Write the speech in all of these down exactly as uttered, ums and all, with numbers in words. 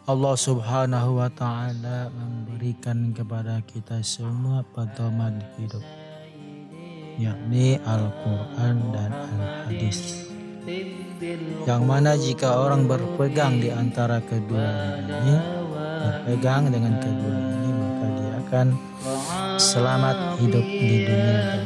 Allah Subhanahu wa Ta'ala memberikan kepada kita semua pedoman hidup, yakni Al-Quran dan Al-Hadis, yang mana jika orang berpegang di antara kedua ini, berpegang dengan kedua ini, maka dia akan selamat hidup di dunia dan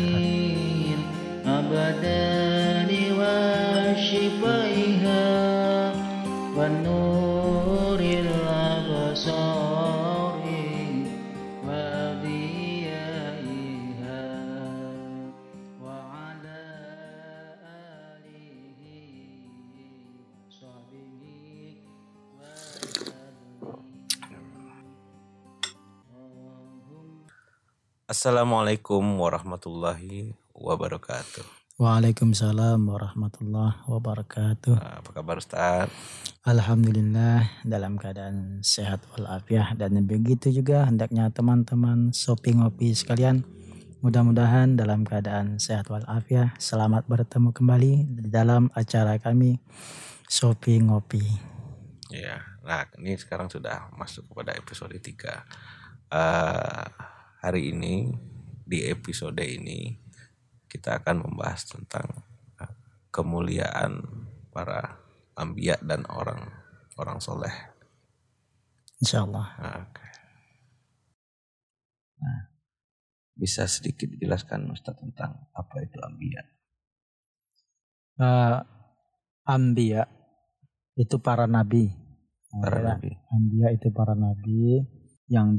Assalamualaikum warahmatullahi wabarakatuh. Waalaikumsalam warahmatullahi wabarakatuh. Apa kabar Ustaz? Alhamdulillah dalam keadaan sehat walafiat, dan begitu juga hendaknya teman-teman Sopi Ngopi sekalian. Mudah-mudahan dalam keadaan sehat walafiat. Selamat bertemu kembali di dalam acara kami Sopi Ngopi. Ya, nah ini sekarang sudah masuk kepada episode tiga. Uh, hari ini di episode ini kita akan membahas tentang kemuliaan para anbiya dan orang orang soleh. Insyaallah. Oke. Nah, bisa sedikit dijelaskan Ustaz tentang apa itu anbiya? Uh, anbiya itu para nabi. Para ya, nabi. Anbiya itu para nabi yang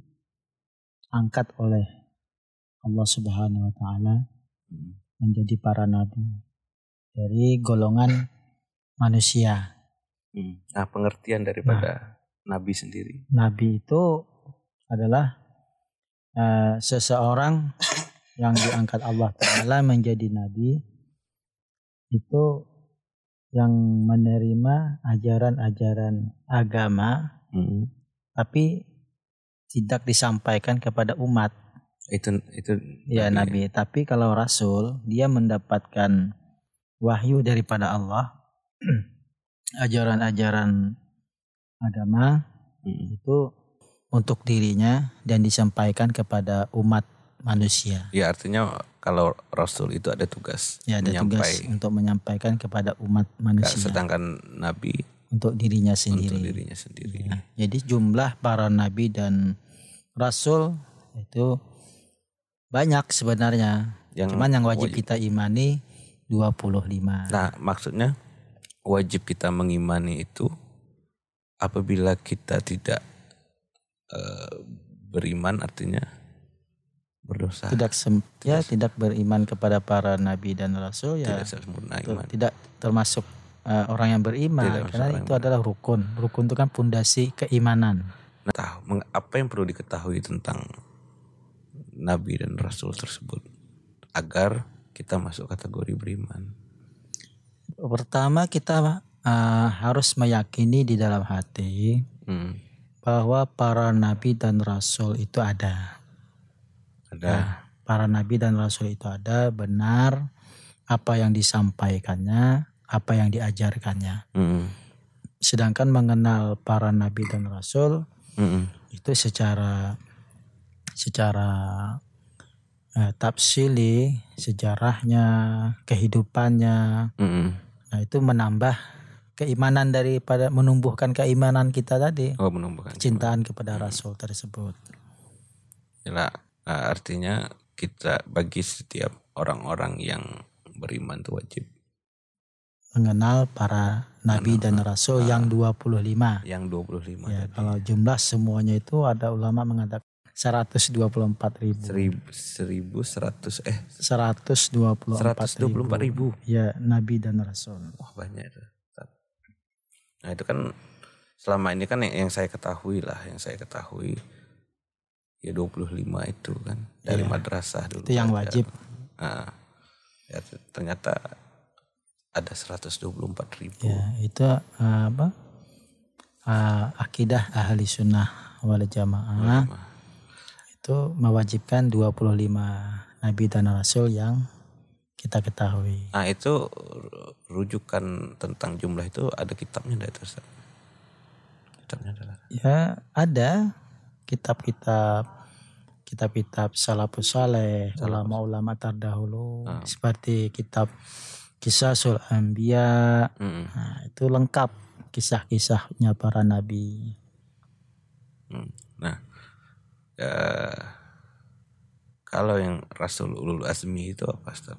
diangkat oleh Allah Subhanahu wa Ta'ala hmm. menjadi para nabi dari golongan manusia. Hmm. Nah, pengertian daripada nah, nabi sendiri. Nabi itu adalah uh, seseorang yang diangkat Allah Ta'ala menjadi nabi, itu yang menerima ajaran-ajaran agama, hmm. tapi tidak disampaikan kepada umat. Itu itu ya nabi. nabi. Tapi kalau rasul, dia mendapatkan wahyu daripada Allah, ajaran-ajaran agama hmm. itu untuk dirinya dan disampaikan kepada umat manusia. Ya, artinya kalau rasul itu ada tugas, ya, ada tugas untuk menyampaikan kepada umat manusia. Sedangkan nabi untuk dirinya sendiri. Untuk dirinya sendiri. Ya, jadi jumlah para nabi dan rasul itu banyak sebenarnya. Yang Cuman yang wajib, wajib kita imani dua puluh lima. Nah, maksudnya wajib kita mengimani itu apabila kita tidak uh, beriman, artinya berdosa. Tidak sem- ya tidak beriman kepada para nabi dan rasul, ya tidak sempurna iman. Tidak termasuk uh, orang yang beriman, tidak, karena itu adalah rukun. Rukun itu kan pondasi keimanan. Nah, apa yang perlu diketahui tentang nabi dan rasul tersebut agar kita masuk kategori beriman? Pertama, kita uh, harus meyakini di dalam hati hmm. bahwa para nabi dan rasul itu ada. Ada. Nah, para nabi dan rasul itu ada, benar apa yang disampaikannya, apa yang diajarkannya. Hmm. Sedangkan mengenal para nabi dan rasul hmm. itu secara secara eh, tafsili, sejarahnya, kehidupannya, mm-hmm. nah itu menambah keimanan daripada menumbuhkan keimanan kita tadi. Oh, menumbuhkan cintaan kepada mm-hmm. rasul tersebut. Yalah, artinya kita bagi setiap orang-orang yang beriman itu wajib mengenal para nabi mengenal, dan rasul uh, yang dua puluh lima. Yang dua puluh lima. Ya, kalau jumlah semuanya itu ada ulama mengatakan seratus dua puluh empat ribu. Seribu seratus eh seratus dua puluh empat ribu. Ya, nabi dan rasul. Wah, banyak itu. Nah, itu kan selama ini kan yang, yang saya ketahui lah, yang saya ketahui ya dua puluh lima itu kan dari ya, madrasah dulu. Itu yang wajib. Nah, ya ternyata ada seratus dua puluh empat ribu. Ya, itu uh, apa? Uh, akidah ahli sunnah wal jamaah. Hmm. Itu mewajibkan dua puluh lima nabi dan rasul yang kita ketahui. Nah, itu rujukan tentang jumlah itu ada kitabnya enggak itu, Ustaz? kitabnya adalah? Ya ada kitab-kitab kitab-kitab salafus saleh, ulama-ulama terdahulu, hmm. seperti kitab Qisasul Anbiya. Hmm. Nah, itu lengkap kisah-kisahnya para nabi. Hmm. Nah, ya, kalau yang Rasul Ulul Azmi itu apa, Ustaz?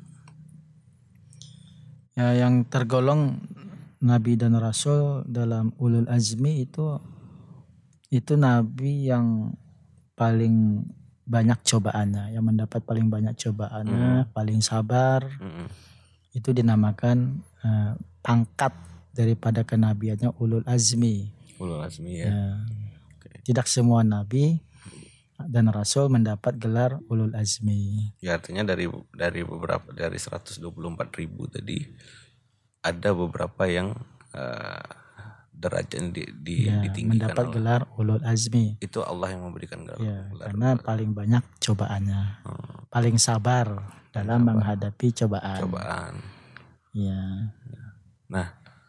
Ya, yang tergolong nabi dan rasul dalam Ulul Azmi itu itu nabi yang paling banyak cobaannya, yang mendapat paling banyak cobaannya, mm. paling sabar. Mm. Itu dinamakan uh, pangkat daripada kenabiannya Ulul Azmi. Ulul Azmi ya. ya. Okay. Tidak semua nabi dan rasul mendapat gelar Ulul Azmi. Ya, artinya dari dari beberapa dari seratus dua puluh empat ribu tadi ada beberapa yang uh, derajat di, di, ya, ditinggikan mendapat Allah. Gelar Ulul Azmi. Itu Allah yang memberikan gelar. Ya, gelar karena gelar. Paling banyak cobaannya, hmm. paling sabar dalam sabar. menghadapi cobaan. Cobaan. Ya. Nah,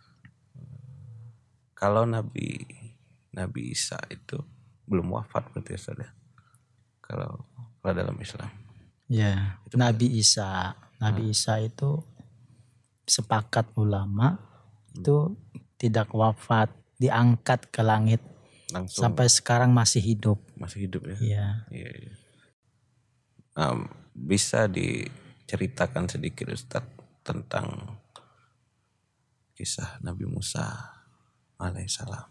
kalau Nabi Nabi Isa itu belum wafat berarti ya, kalau kalau dalam Islam. Ya, itu Nabi benar. Isa, Nabi hmm. Isa itu sepakat ulama hmm. itu tidak wafat, diangkat ke langit. Langsung. Sampai sekarang masih hidup. Masih hidup ya? Iya. Iya, iya. Um, bisa diceritakan sedikit Ustaz tentang kisah Nabi Musa alaihissalam.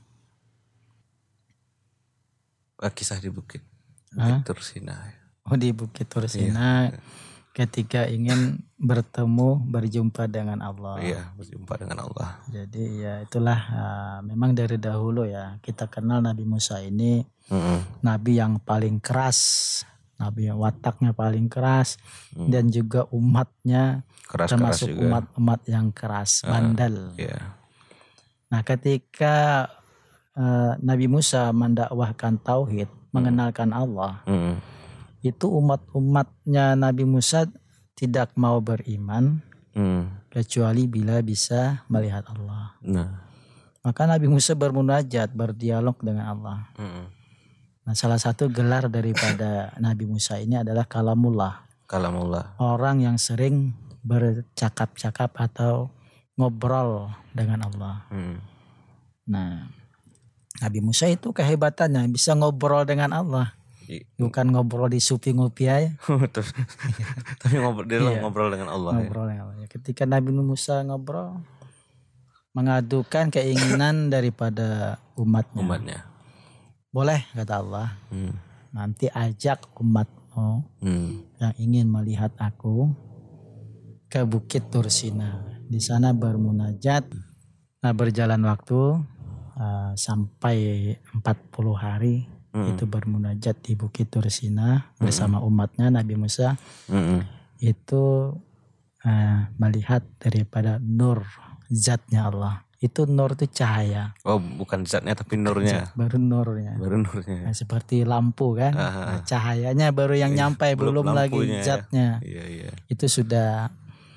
Kisah di Bukit, Bukit Tursina. Oh, di Bukit Tursina. Iya. Ketika ingin bertemu, berjumpa dengan Allah. Iya, berjumpa dengan Allah. Jadi ya itulah uh, memang dari dahulu ya kita kenal Nabi Musa ini mm-hmm. Nabi yang paling keras, Nabi yang wataknya paling keras mm. dan juga umatnya keras, termasuk keras umat-umat yang keras, uh, bandel. Yeah. Nah, ketika uh, Nabi Musa mendakwahkan tauhid, mm. mengenalkan Allah. Mm. Itu umat-umatnya Nabi Musa tidak mau beriman hmm. kecuali bila bisa melihat Allah. Nah. Maka Nabi Musa bermunajat, berdialog dengan Allah. Hmm. Nah, salah satu gelar daripada Nabi Musa ini adalah kalamullah. Kalamullah. Orang yang sering bercakap-cakap atau ngobrol dengan Allah. Hmm. Nah, Nabi Musa itu kehebatannya bisa ngobrol dengan Allah. Bukan ngobrol di supi ngopi aja. Tapi ngobrol dia iya, ngobrol dengan Allah. Ngobrol ya. dengan Allah. Ketika Nabi Musa ngobrol, mengadukan keinginan daripada umatnya. Umatnya. Boleh kata Allah. Hmm. Nanti ajak umatmu hmm. yang ingin melihat aku ke Bukit Tursina. Di sana bermunajat. Nah, berjalan waktu uh, sampai empat puluh hari. Mm-hmm. Itu bermunajat di Bukit Tursina bersama mm-hmm. umatnya Nabi Musa. Mm-hmm. Itu uh, melihat daripada nur zatnya Allah. Itu nur itu cahaya. Oh, bukan zatnya tapi nurnya. Zat, baru nurnya. Baru nurnya. Nah, seperti lampu kan. Nah, cahayanya baru yang iya, nyampe belum, belum lagi zatnya. Iya, iya. Itu sudah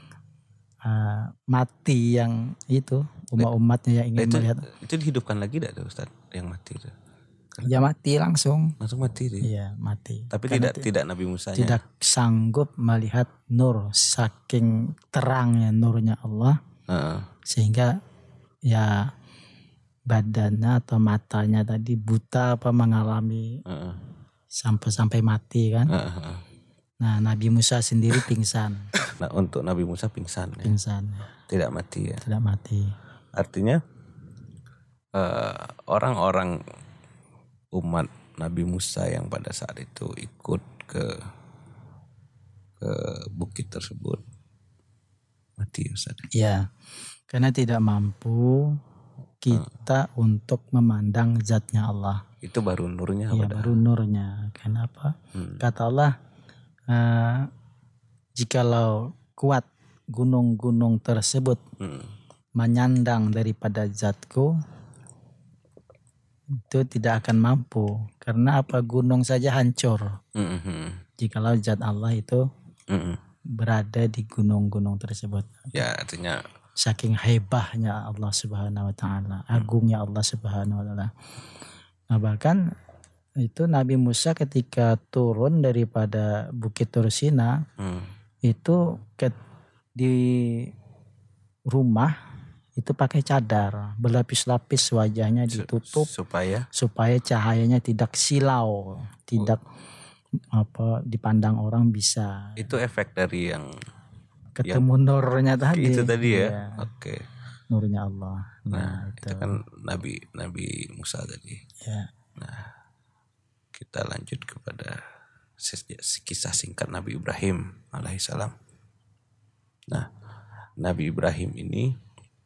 uh, mati yang itu umat-umatnya yang ingin itu, melihat. Itu dihidupkan lagi tidak Ustaz yang mati itu? Ya mati langsung. Langsung mati dia. Iya, mati. Tapi Karena tidak t- tidak Nabi Musa tidak sanggup melihat nur, saking terangnya nurnya Allah. Uh-uh. Sehingga ya badannya atau matanya tadi buta apa mengalami uh-uh. sampai-sampai mati kan. Uh-uh. Nah, Nabi Musa sendiri pingsan. Nah, untuk Nabi Musa pingsan. Pingsan. Ya? Tidak mati ya. Tidak mati. Artinya uh, orang-orang umat Nabi Musa yang pada saat itu ikut ke ke bukit tersebut mati Ustaz. Ya, karena tidak mampu kita hmm. untuk memandang zatnya Allah. Itu baru nurnya. Ya, baru nurnya. Kenapa? Hmm. Kata Allah, uh, jikalau kuat gunung-gunung tersebut hmm. menyandang daripada zatku, itu tidak akan mampu. Karena apa? Gunung saja hancur. Mm-hmm. Jikalau zat Allah itu mm-hmm. berada di gunung-gunung tersebut. Ya, artinya saking hebahnya Allah Subhanahu wa taala, agungnya Allah Subhanahu wa taala. Nah bahkan itu Nabi Musa ketika turun daripada Bukit Tursina hmm. itu ke, di rumah itu pakai cadar, berlapis-lapis wajahnya ditutup supaya supaya cahayanya tidak silau, tidak oh. apa dipandang orang bisa. Itu efek dari yang ketemu yang, nurnya tadi. Itu tadi ya. ya. Oke. Okay. Nurnya Allah. Nah, nah itu. itu kan Nabi Nabi Musa tadi. Ya. Nah, kita lanjut kepada kisah singkat Nabi Ibrahim alaihissalam. Nah, Nabi Ibrahim ini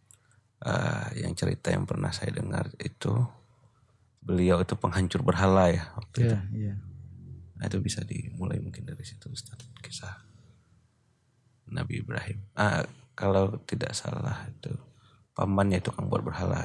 uh, yang cerita yang pernah saya dengar itu beliau itu penghancur berhala ya waktu yeah, itu. Yeah. Nah, itu bisa dimulai mungkin dari situ Ustaz, kisah Nabi Ibrahim. Ah, kalau tidak salah itu pamannya itu kan buat berhala.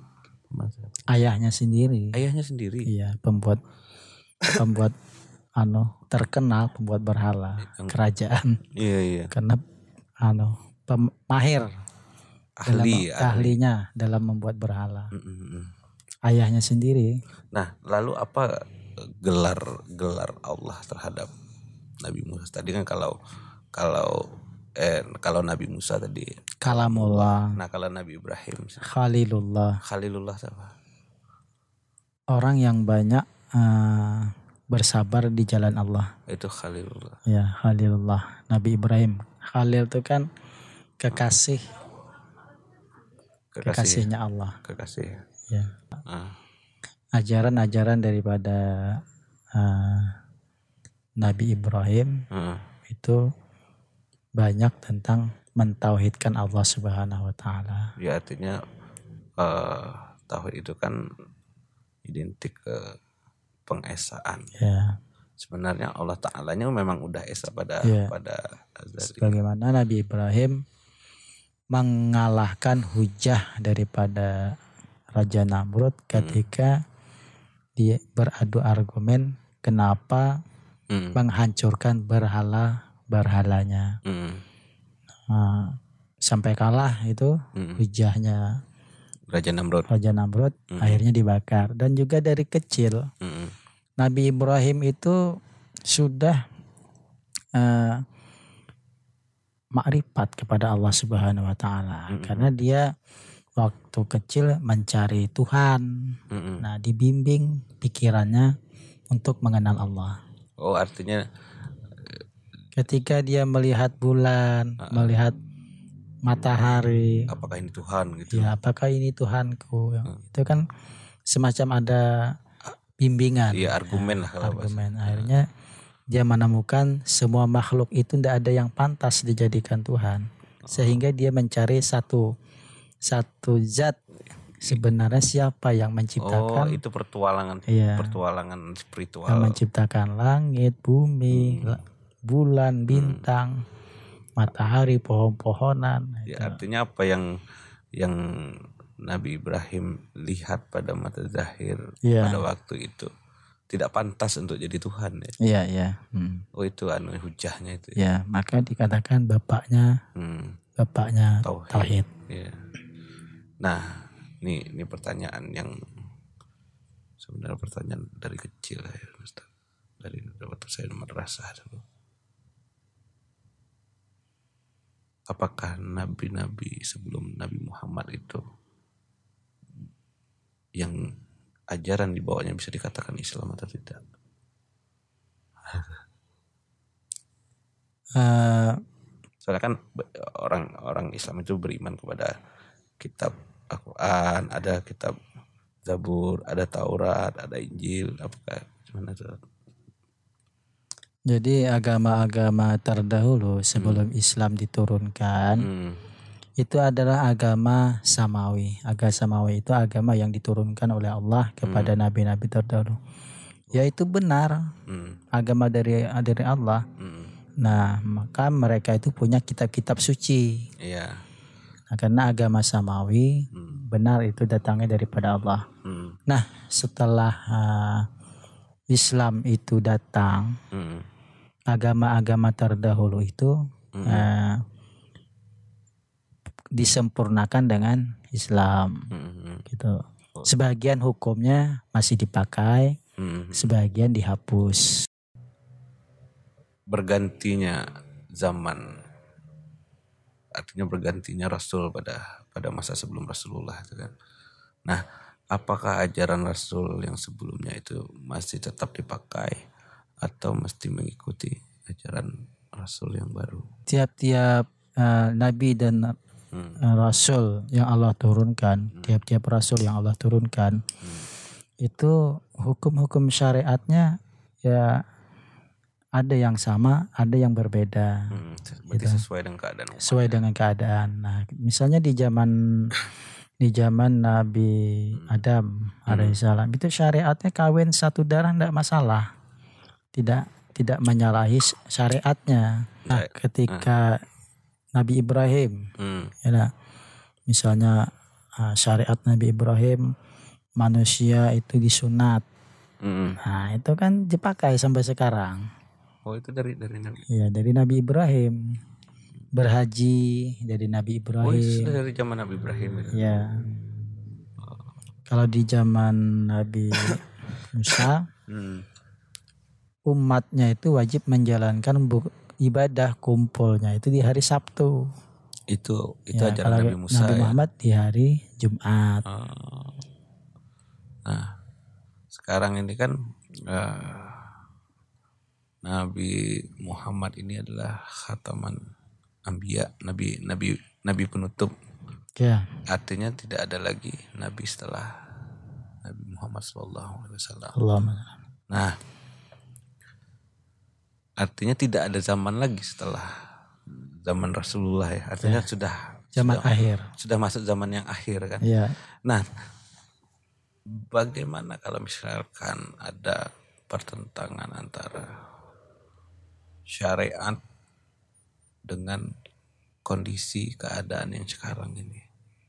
Ayahnya sendiri. Ayahnya sendiri. Iya, pembuat pembuat anu terkenal pembuat berhala yang, kerajaan. Iya iya. Karena anu pemahir ahli dalam, ahlinya dalam membuat berhala. Mm-mm. Ayahnya sendiri. Nah, lalu apa gelar gelar Allah terhadap Nabi Musa tadi kan kalau kalau eh kalau Nabi Musa tadi Kalamullah. Nah, kalau Nabi Ibrahim Khalilullah. Khalilullah siapa? Orang yang banyak uh, bersabar di jalan Allah. Itu Khalilullah. Ya, Khalilullah. Nabi Ibrahim. Khalil itu kan kekasih. Kekasih. Kekasihnya Allah. Kekasih. Ya. Ah. Ajaran-ajaran daripada uh, Nabi Ibrahim ah. itu banyak tentang mentauhidkan Allah Subhanahu wa taala. Ya, artinya uh, tauhid itu kan identik ke pengesaan. Ya. Sebenarnya Allah Ta'alanya memang udah esa pada ya. pada azali. Bagaimana Nabi Ibrahim mengalahkan hujah daripada Raja Namrud ketika hmm. dia beradu argumen kenapa hmm. menghancurkan berhala berhalanya. Hmm. Nah, sampai kalah itu hmm. hujahnya Raja Namrud. Raja Namrud hmm. akhirnya dibakar. Dan juga dari kecil hmm. Nabi Ibrahim itu sudah uh, makrifat kepada Allah Subhanahu wa taala hmm. karena dia waktu kecil mencari Tuhan. Hmm. Nah, dibimbing pikirannya untuk mengenal Allah. Oh, artinya ketika dia melihat bulan, uh, melihat matahari, apakah ini Tuhan gitu? Ya, apakah ini Tuhanku? Hmm. Itu kan semacam ada bimbingan. Iya, argumen lah kalau argumen. Bahasa. Akhirnya dia menemukan semua makhluk itu tidak ada yang pantas dijadikan Tuhan, oh. sehingga dia mencari satu satu zat sebenarnya siapa yang menciptakan. Oh, itu pertualangan, iya, pertualangan spiritual. Yang menciptakan langit, bumi. Hmm. Bulan, bintang, hmm. matahari, pohon-pohonan. Ya, artinya apa yang yang Nabi Ibrahim lihat pada mata zahir ya. Pada waktu itu tidak pantas untuk jadi Tuhan ya. Iya, iya. Hmm. Oh, itu anu hujahnya itu. Ya, ya maka dikatakan bapaknya, hmm. bapaknya tauhid. tauhid. Ya. Nah, ini ini pertanyaan yang sebenarnya pertanyaan dari kecil ya, Ustaz. Dari waktu saya madrasah dulu. Apakah nabi-nabi sebelum Nabi Muhammad itu yang ajaran dibawanya bisa dikatakan Islam atau tidak? Uh, Soalnya kan orang-orang Islam itu beriman kepada kitab Al-Quran, ada kitab Zabur, ada Taurat, ada Injil, apakah gimana tuh? Jadi agama-agama terdahulu sebelum hmm. Islam diturunkan hmm. itu adalah agama samawi. Agama samawi itu agama yang diturunkan oleh Allah kepada hmm. nabi-nabi terdahulu. Yaitu benar hmm. agama dari dari Allah. Hmm. Nah, maka mereka itu punya kitab-kitab suci. Iya. Nah, karena agama samawi hmm. benar itu datangnya daripada Allah. Hmm. Nah, setelah uh, Islam itu datang. Hmm. Agama-agama terdahulu itu mm-hmm. uh, disempurnakan dengan Islam, mm-hmm. gitu. Sebagian hukumnya masih dipakai, hmm. sebagian dihapus. Bergantinya zaman, artinya bergantinya Rasul pada pada masa sebelum Rasulullah itu kan. Nah, apakah ajaran Rasul yang sebelumnya itu masih tetap dipakai atau mesti mengikuti ajaran Rasul yang baru? Tiap-tiap uh, Nabi dan Hmm. Rasul yang Allah turunkan, hmm. tiap-tiap Rasul yang Allah turunkan, hmm. itu hukum-hukum syariatnya ya ada yang sama, ada yang berbeda. Hmm. Berarti gitu. Sesuai dengan keadaan. Sesuai umatnya. dengan keadaan. Nah, misalnya di zaman di zaman Nabi hmm. Adam hmm. alaihissalam itu syariatnya kawin satu darah tidak masalah, tidak tidak menyalahi syariatnya. Nah, ketika hmm. Nabi Ibrahim, hmm. ya, misalnya uh, syariat Nabi Ibrahim manusia itu disunat, hmm. nah itu kan dipakai sampai sekarang. Oh itu dari dari Nabi? Ya dari Nabi Ibrahim, berhaji dari Nabi Ibrahim. Oh itu dari zaman Nabi Ibrahim ya? Ya. Oh. Kalau di zaman Nabi Musa, hmm. umatnya itu wajib menjalankan bu- ibadah kumpulnya itu di hari Sabtu. Itu itu ya, ajaran Nabi Musa. Nabi Muhammad ya? Di hari Jumat. Oh. Nah, sekarang ini kan uh, Nabi Muhammad ini adalah khataman anbiya, nabi nabi nabi penutup. Ya. Artinya tidak ada lagi nabi setelah Nabi Muhammad shallallahu alaihi wasallam. Nah, artinya tidak ada zaman lagi setelah zaman Rasulullah ya. Artinya ya. sudah zaman sudah, akhir. Sudah masuk zaman yang akhir kan. Ya. Nah, bagaimana kalau misalkan ada pertentangan antara syariat dengan kondisi keadaan yang sekarang ini?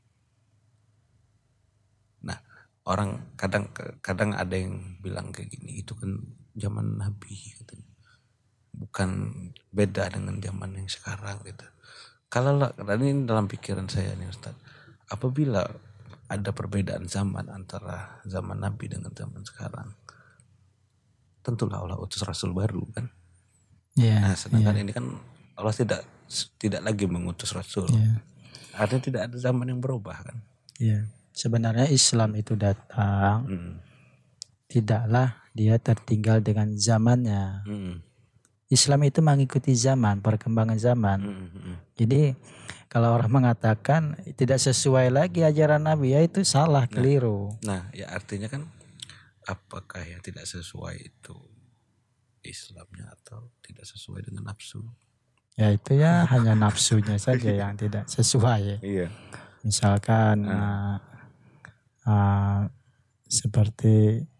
Nah, orang kadang kadang ada yang bilang kayak gini, itu kan zaman Nabi gitu. Bukan beda dengan zaman yang sekarang gitu. Kalau ini dalam pikiran saya nih Ustaz, apabila ada perbedaan zaman antara zaman Nabi dengan zaman sekarang, tentulah Allah utus Rasul baru kan. Yeah, nah sedangkan yeah. ini kan Allah tidak tidak lagi mengutus Rasul. Yeah. Artinya tidak ada zaman yang berubah kan. Yeah. Sebenarnya Islam itu datang, hmm. tidaklah dia tertinggal dengan zamannya. Hmm. Islam itu mengikuti zaman, perkembangan zaman. Mm-hmm. Jadi kalau orang mengatakan tidak sesuai lagi ajaran Nabi, ya itu salah, nah, keliru. Nah, ya artinya kan apakah yang tidak sesuai itu Islamnya atau tidak sesuai dengan nafsu? Ya itu ya hanya nafsunya saja yang tidak sesuai. Iya. Misalkan nah. uh, uh, seperti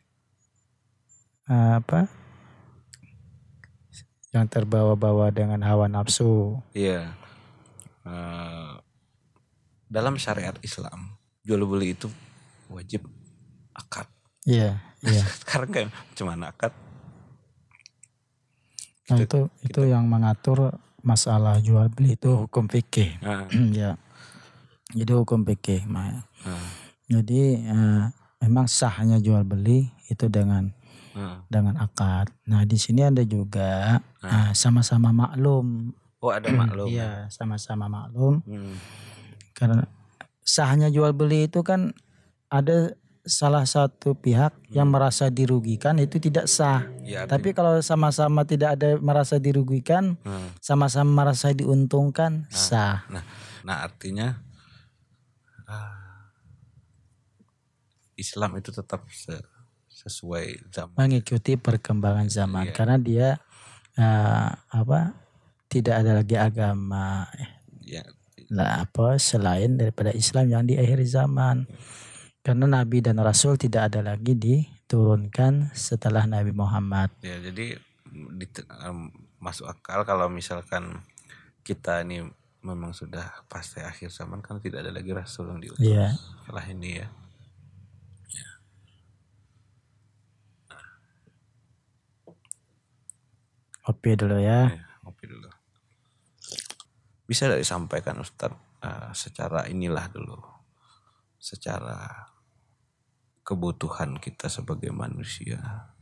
uh, apa? yang terbawa-bawa dengan hawa nafsu. Iya. Uh, dalam syariat Islam, jual beli itu wajib akad. Iya. Iya. Sekarang kan cuma akad. Nah kita, itu kita, itu yang mengatur masalah jual beli itu hukum fikih. Uh. Ya. Jadi hukum fikih. Uh. Jadi uh, memang sahnya jual beli itu dengan Hmm. dengan akad. Nah di sini ada juga hmm. nah, sama-sama maklum. Oh ada maklum. Iya sama-sama maklum. Hmm. Karena sahnya jual beli itu kan ada salah satu pihak hmm. yang merasa dirugikan itu tidak sah. Ya, tapi kalau sama-sama tidak ada merasa dirugikan, hmm. sama-sama merasa diuntungkan, nah, sah. Nah, nah artinya uh, Islam itu tetap se sesuai zaman, mengikuti perkembangan zaman, iya. Karena dia uh, apa tidak ada lagi agama ya. Lah apa selain daripada Islam yang di akhir zaman, karena Nabi dan Rasul tidak ada lagi diturunkan setelah Nabi Muhammad. Ya jadi di, um, masuk akal kalau misalkan kita ini memang sudah pasti akhir zaman kan tidak ada lagi Rasul yang diutus ya. Setelah ini ya. Kopi dulu ya. ya kopi dulu. Bisa disampaikan Ustadz uh, secara inilah dulu, secara kebutuhan kita sebagai manusia.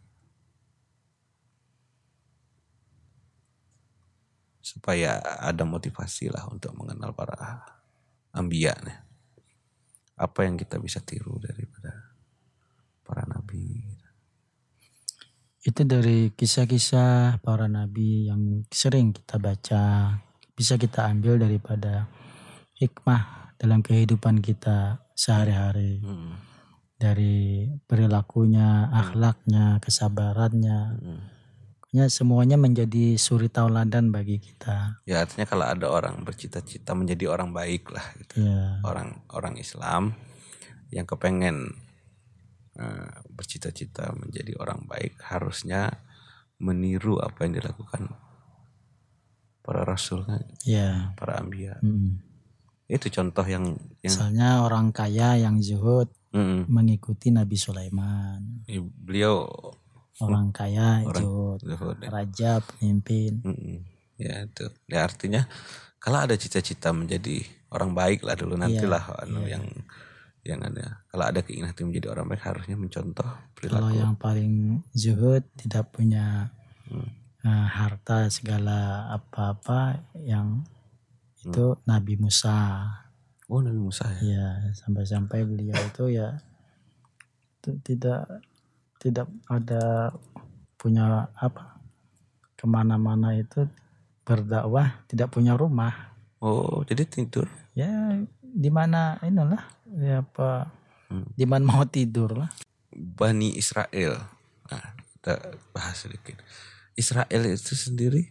Supaya ada motivasi lah untuk mengenal para anbiya nih. Apa yang kita bisa tiru daripada para nabi? Itu dari kisah-kisah para nabi yang sering kita baca, bisa kita ambil daripada hikmah dalam kehidupan kita sehari-hari. Hmm. Dari perilakunya, akhlaknya, kesabarannya. Hmm. Ya, semuanya menjadi suri tauladan bagi kita. Ya, artinya kalau ada orang bercita-cita menjadi orang baik lah gitu. Ya. Orang orang Islam yang kepengen uh, bercita-cita menjadi orang baik harusnya meniru apa yang dilakukan para rasul kan. Ya. Para anbiya. Hmm. Itu contoh yang, yang misalnya orang kaya yang zuhud hmm. mengikuti Nabi Sulaiman. Beliau orang kaya zuhud, raja pemimpin. Mm-mm. Ya itu. Ya artinya kalau ada cita-cita menjadi orang baik lah dulu, nantilah yeah, anu yeah. yang yang ada. Kalau ada keinginan menjadi orang baik harusnya mencontoh perilaku. Kalau yang paling zuhud tidak punya hmm. uh, harta segala apa-apa yang hmm. itu Nabi Musa. Oh Nabi Musa ya. Ya sampai-sampai beliau itu ya itu tidak tidak ada punya apa kemana-mana itu berdakwah, tidak punya rumah. Oh jadi tidur? Ya di mana inilah ya apa hmm. di mana mau tidur lah. Bani Israel, nah kita bahas sedikit. Israel itu sendiri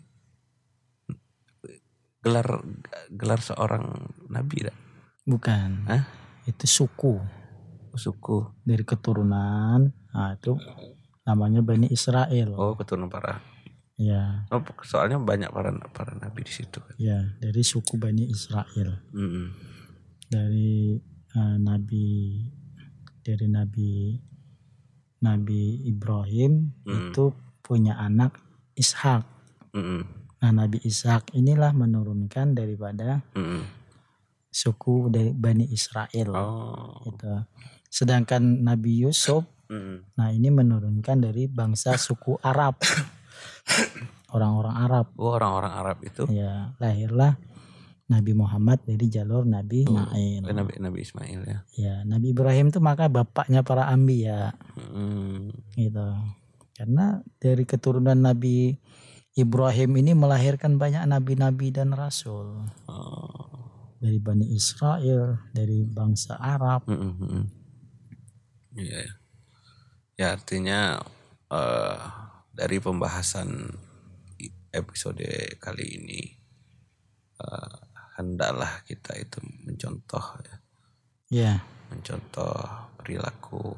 gelar gelar seorang nabi tak? Bukan. Hah? Itu suku. Suku dari keturunan, nah itu namanya Bani Israel. Oh keturunan para. Ya. Oh soalnya banyak para para nabi di situ. Kan? Ya dari suku Bani Israel. Mm-hmm. Dari uh, nabi dari nabi Nabi Ibrahim mm-hmm. itu punya anak Ishak. Mm-hmm. Nah Nabi Ishak inilah menurunkan daripada mm-hmm. suku dari Bani Israel. Oh. Gitu. Sedangkan Nabi Yusuf, mm. nah ini menurunkan dari bangsa suku Arab, orang-orang Arab. Oh orang-orang Arab itu? Ya lahirlah Nabi Muhammad dari jalur Nabi oh, Ismail. Nabi Nabi Ismail ya. Ya Nabi Ibrahim itu maka bapaknya para anbiya, mm. gitu. Karena dari keturunan Nabi Ibrahim ini melahirkan banyak nabi-nabi dan rasul. Oh. Dari Bani Israel, dari bangsa Arab. Mm-hmm. Ya, ya artinya uh, dari pembahasan episode kali ini uh, hendaklah kita itu mencontoh ya, ya. mencontoh perilaku,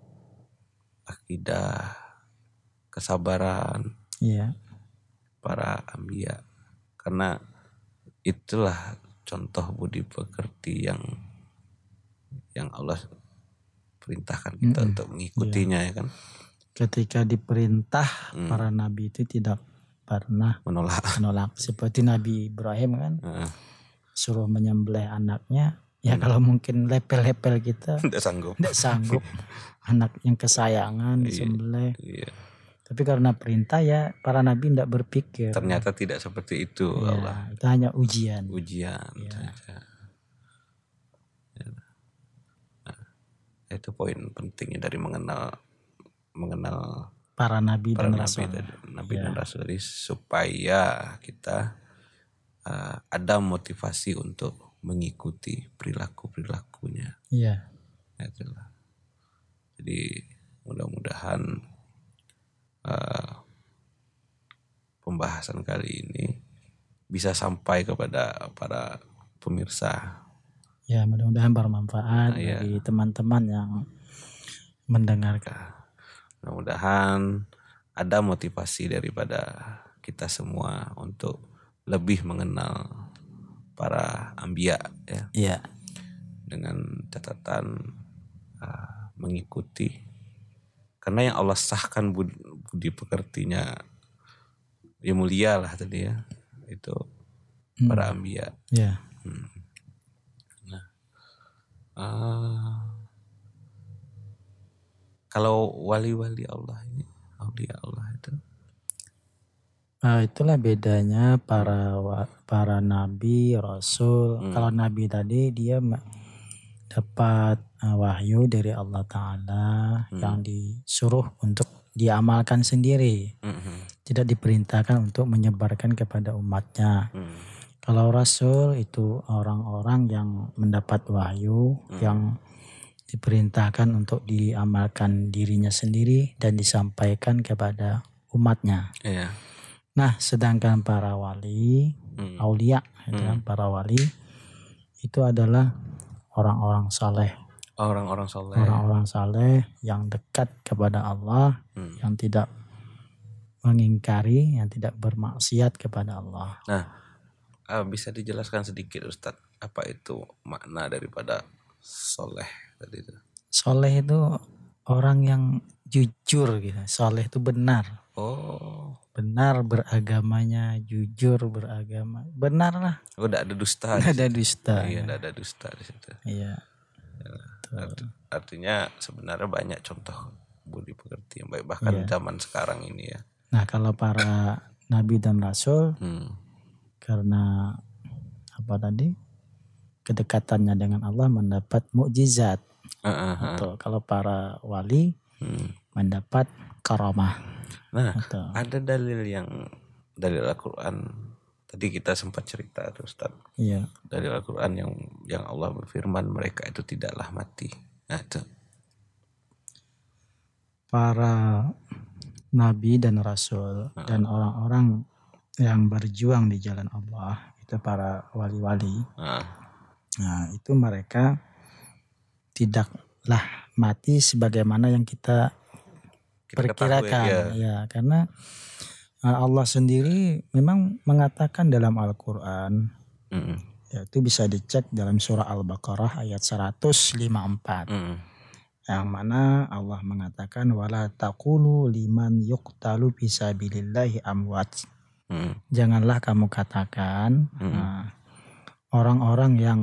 akidah, kesabaran ya. para anbiya, karena itulah contoh budi pekerti yang yang Allah perintahkan kita mm-hmm. untuk mengikutinya ya. ya kan. Ketika diperintah mm. para nabi itu tidak pernah menolak. menolak. Seperti Nabi Ibrahim kan uh. suruh menyembelih anaknya. Ya mm. kalau mungkin lepel-lepel kita tidak sanggup. Tidak sanggup. Anak yang kesayangan disembelih. Iya. Tapi karena perintah ya para nabi tidak berpikir. Ternyata tidak seperti itu ya, Allah. Itu hanya ujian. Ujian ya. saja. Itu poin pentingnya dari mengenal mengenal para nabi para dan nabi rasul. dan nabi ya. dan rasul dari supaya kita uh, ada motivasi untuk mengikuti perilaku-perilakunya. Iya. Itulah. Jadi mudah-mudahan uh, pembahasan kali ini bisa sampai kepada para pemirsa. Ya mudah-mudahan bermanfaat nah, bagi ya. teman-teman yang mendengarkan. Mudah-mudahan ada motivasi daripada kita semua untuk lebih mengenal para anbiya ya. Iya. Dengan catatan uh, mengikuti, karena yang Allah sahkan budi, budi pekertinya ya mulia lah tadi ya, itu hmm. para anbiya. Iya. Hmm. Uh, Kalau wali-wali Allah ini, aulia Allah itu, uh, itulah bedanya para hmm. para nabi, rasul. Hmm. Kalau nabi tadi dia dapat uh, wahyu dari Allah Ta'ala hmm. yang disuruh untuk diamalkan sendiri, hmm. tidak diperintahkan untuk menyebarkan kepada umatnya. Hmm. Kalau rasul itu orang-orang yang mendapat wahyu, hmm. yang diperintahkan untuk diamalkan dirinya sendiri dan disampaikan kepada umatnya. Yeah. Nah, sedangkan para wali, hmm. aulia, hmm. para wali itu adalah orang-orang saleh. Orang-orang saleh. Orang-orang saleh yang dekat kepada Allah, hmm. yang tidak mengingkari, yang tidak bermaksiat kepada Allah. Nah, uh, bisa dijelaskan sedikit Ustadz, apa itu makna daripada soleh tadi itu? Soleh itu orang yang jujur gitu. Soleh itu benar. Oh. Benar beragamanya, jujur beragama. Benar lah. Oh, tidak ada dusta. Tidak ada dusta. Iya, tidak ada dusta di situ. Iya. Ya, art, artinya sebenarnya banyak contoh budi pekerti yang baik bahkan iya. zaman sekarang ini ya. Nah, kalau para nabi dan rasul hmm. karena apa tadi? Kedekatannya dengan Allah mendapat mukjizat. Uh-huh. Atau kalau para wali hmm. mendapat karamah. Nah, atau ada dalil yang dalil Al-Qur'an tadi kita sempat cerita tuh Ustaz. Iya. Dalil Al-Qur'an yang yang Allah berfirman mereka itu tidaklah mati. Nah, itu. Para nabi dan rasul uh-huh. dan orang-orang yang berjuang di jalan Allah itu para wali-wali. Uh-huh. Nah, itu mereka tidaklah mati sebagaimana yang kita, kita perkirakan ketahui, ya. ya, karena Allah sendiri memang mengatakan dalam Al-Qur'an, mm-hmm. yaitu bisa dicek dalam surah Al-Baqarah ayat seratus lima puluh empat. Mm-hmm. Yang mana Allah mengatakan wala taqulu liman yuqtalu fisabilillahi amwat. Mm-hmm. Janganlah kamu katakan mm-hmm. nah, orang-orang yang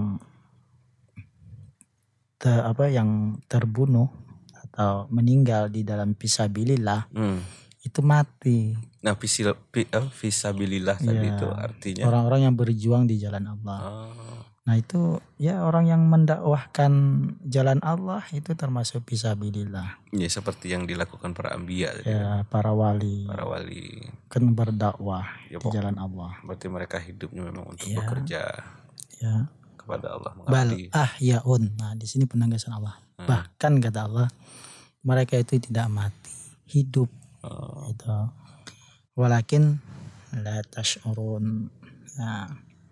ter, apa yang terbunuh atau meninggal di dalam fisabilillah hmm. itu mati. Nah, fisabilillah ya, tadi itu artinya orang-orang yang berjuang di jalan Allah. Oh. Nah, itu ya orang yang mendakwahkan jalan Allah itu termasuk fisabilillah. Ya, seperti yang dilakukan para anbiya tadi. Ya, para wali. Para wali kan berdakwah ya, di jalan Allah. Berarti mereka hidupnya memang untuk ya. bekerja. Ya. Kepada Allah mengabdi. Bal ahyaun. Nah, di sini penegasan Allah. Hmm. Bahkan kata Allah, mereka itu tidak mati, hidup. Oh. Itu. Walakin la tash'urun. Nah,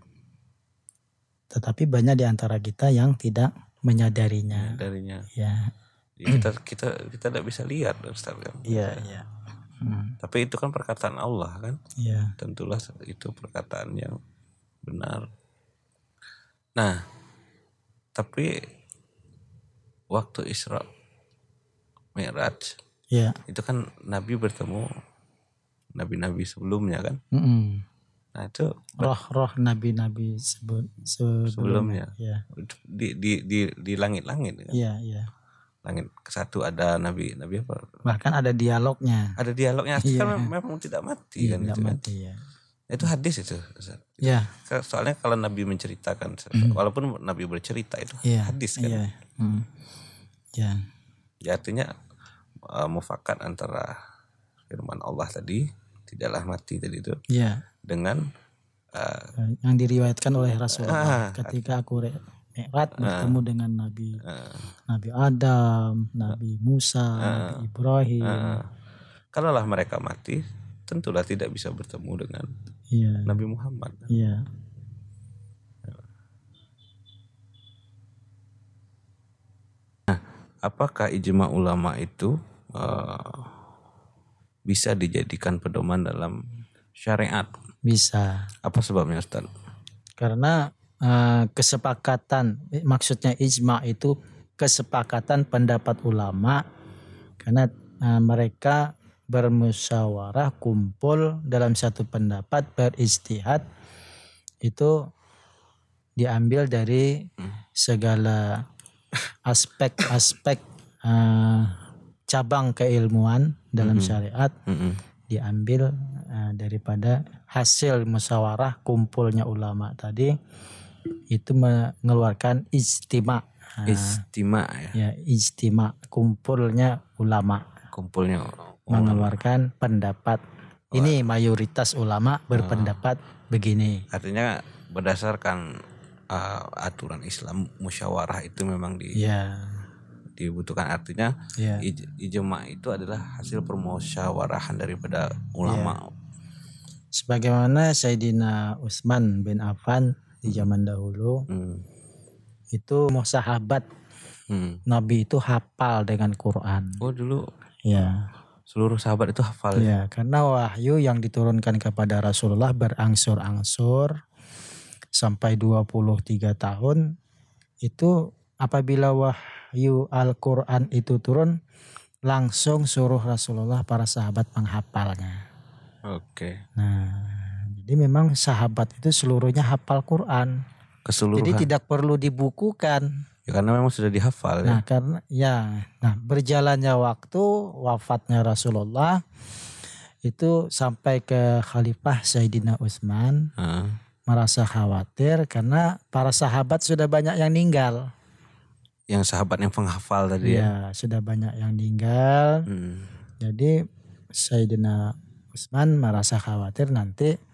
tetapi banyak di antara kita yang tidak menyadarinya. Menyadarinya. Ya. Ya kita kita kita tidak bisa lihat Ustaz kan. Iya, iya. Hmm. Tapi itu kan perkataan Allah kan. Iya. Tentulah itu perkataan yang benar. Nah, tapi waktu Isra Mi'raj, ya. Itu kan Nabi bertemu nabi-nabi sebelumnya kan? Mm-mm. Nah itu roh-roh nabi-nabi sebelum, sebelumnya, sebelumnya. Ya. Di di di di langit-langit. Kan? Iya, iya. Langit ke satu ada nabi nabi apa? Bahkan ada dialognya. Ada dialognya. Iya. Kan memang tidak mati iya, kan? Tidak itu, mati kan? ya. Itu hadis itu. Ya. Soalnya kalau Nabi menceritakan, mm. walaupun Nabi bercerita itu ya, hadis kan. Ya. Hmm. Ya. Ya artinya uh, mufakat antara firman Allah tadi tidaklah mati tadi itu. Ya. Dengan uh, yang diriwayatkan oleh Rasulullah ah, ketika aku Mi'raj bertemu uh, dengan Nabi uh, Nabi Adam, Nabi Musa, uh, Nabi Ibrahim. Uh, kalaulah mereka mati, tentulah tidak bisa bertemu dengan ya. Nabi Muhammad. Iya. Nah, apakah ijma ulama itu uh, bisa dijadikan pedoman dalam syariat? Bisa. Apa sebabnya, Ustaz? Karena uh, kesepakatan, maksudnya ijma itu kesepakatan pendapat ulama, karena uh, mereka bermusyawarah, kumpul dalam satu pendapat, beristihad, itu diambil dari segala aspek-aspek uh, cabang keilmuan dalam Mm-mm. syariat Mm-mm. diambil uh, daripada hasil musyawarah kumpulnya ulama tadi, itu mengeluarkan ijtima. Nah, Ijtima ya. ya ijtima, kumpulnya ulama, Kumpulnya mengeluarkan pendapat. Ini mayoritas ulama berpendapat begini. Artinya berdasarkan uh, aturan Islam, musyawarah itu memang di Ya, dibutuhkan. Artinya ya, ij, ijma itu adalah hasil permusyawarahan daripada ulama. sebagaimana Sayyidina Utsman bin Affan di zaman dahulu, Hmm. itu mau sahabat Hmm. Nabi itu hafal dengan Quran. Oh dulu Ya, seluruh sahabat itu hafal. ya, karena wahyu yang diturunkan kepada Rasulullah berangsur-angsur sampai dua puluh tiga tahun. Itu apabila wahyu Al-Quran itu turun, langsung suruh Rasulullah para sahabat menghafalnya. Oke. Nah, jadi memang sahabat itu seluruhnya hafal Quran. Keseluruhan. Jadi tidak perlu dibukukan. Ya, karena memang sudah dihafal. Nah, Ya. karena ya, nah berjalannya waktu, wafatnya Rasulullah itu sampai ke Khalifah Sayyidina Utsman, Uh. merasa khawatir karena para sahabat sudah banyak yang meninggal. Yang sahabat yang penghafal tadi ya. Ya, sudah banyak yang meninggal. Hmm. Jadi Sayyidina Utsman merasa khawatir nanti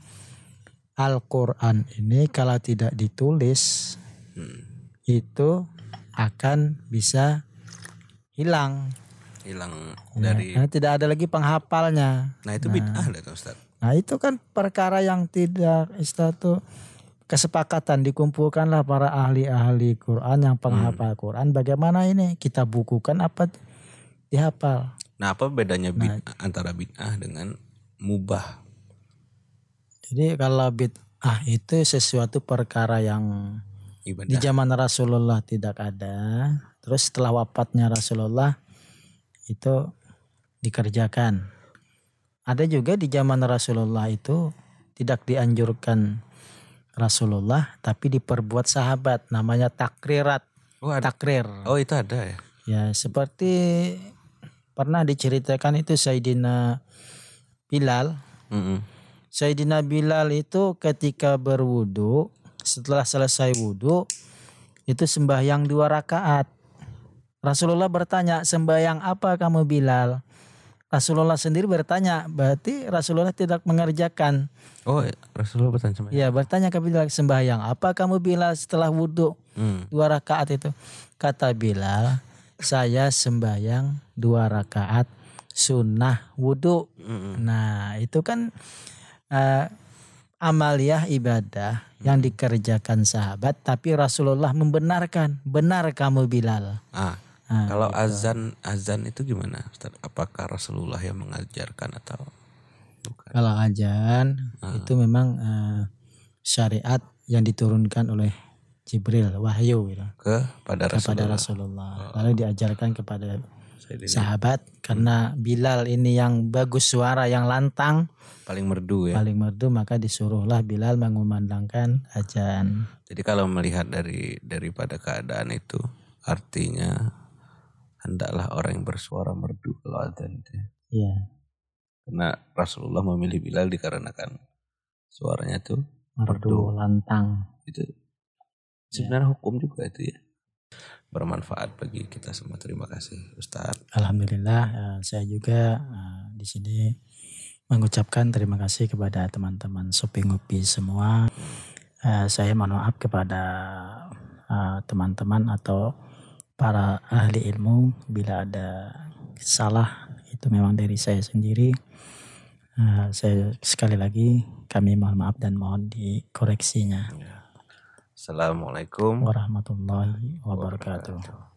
Al-Quran ini kalau tidak ditulis Hmm. itu akan bisa hilang. Hilang Ya, dari. karena tidak ada lagi penghafalnya. Nah itu bid'ah dah kan Ustaz. Nah itu kan perkara yang tidak istatu kesepakatan, dikumpulkanlah para ahli-ahli Quran yang penghafal Hmm. Quran. Bagaimana ini kita bukukan apa dihafal? Nah apa bedanya bid'ah, Nah. antara bid'ah dengan mubah? Jadi kalau bid'ah itu sesuatu perkara yang Ibadah. di zaman Rasulullah tidak ada, terus setelah wafatnya Rasulullah itu dikerjakan. Ada juga di zaman Rasulullah itu tidak dianjurkan Rasulullah, tapi diperbuat sahabat, namanya takrirat. Oh, ada. Takrir. Oh itu ada ya. Ya, seperti pernah diceritakan itu Sayyidina Bilal. Mm-mm. Sayyidina Bilal itu ketika berwudu, setelah selesai wudu itu sembahyang dua rakaat. Rasulullah bertanya, sembahyang apa kamu Bilal? Rasulullah sendiri bertanya, berarti Rasulullah tidak mengerjakan. Oh Rasulullah bertanya sama. Ya, bertanya ke Bilal, sembahyang apa kamu Bilal setelah wudu? Hmm. Dua rakaat itu. Kata Bilal, saya sembahyang dua rakaat sunnah wudu. Mm-mm. Nah itu kan uh, amaliyah ibadah yang dikerjakan sahabat, tapi Rasulullah membenarkan, benar kamu Bilal. Ah. Nah, Kalau gitu. azan azan itu gimana Ustaz? Apakah Rasulullah yang mengajarkan atau bukan? Kalau azan Ah. itu memang uh, syariat yang diturunkan oleh Jibril, wahyu gitu, Kepada kepada Rasulullah. Rasulullah. Lalu diajarkan kepada Sayyidina. sahabat karena Bilal ini yang bagus suara, yang lantang, Paling merdu ya. paling merdu, maka disuruhlah Bilal mengumandangkan azan. Jadi kalau melihat dari daripada keadaan itu, artinya hendaklah orang yang bersuara merdu kalau azan itu. Iya, Karena Rasulullah memilih Bilal dikarenakan suaranya tuh merdu, lantang. itu. Sebenarnya hukum juga itu ya. Bermanfaat bagi kita semua. Terima kasih Ustadz. Alhamdulillah, eh, saya juga eh, di sini mengucapkan terima kasih kepada teman-teman Sopi Ngopi semua. Eh, saya mohon maaf kepada eh, teman-teman atau para ahli ilmu bila ada salah, itu memang dari saya sendiri. Eh, saya sekali lagi kami mohon maaf dan mohon dikoreksinya. Assalamualaikum Warahmatullahi wabarakatuh.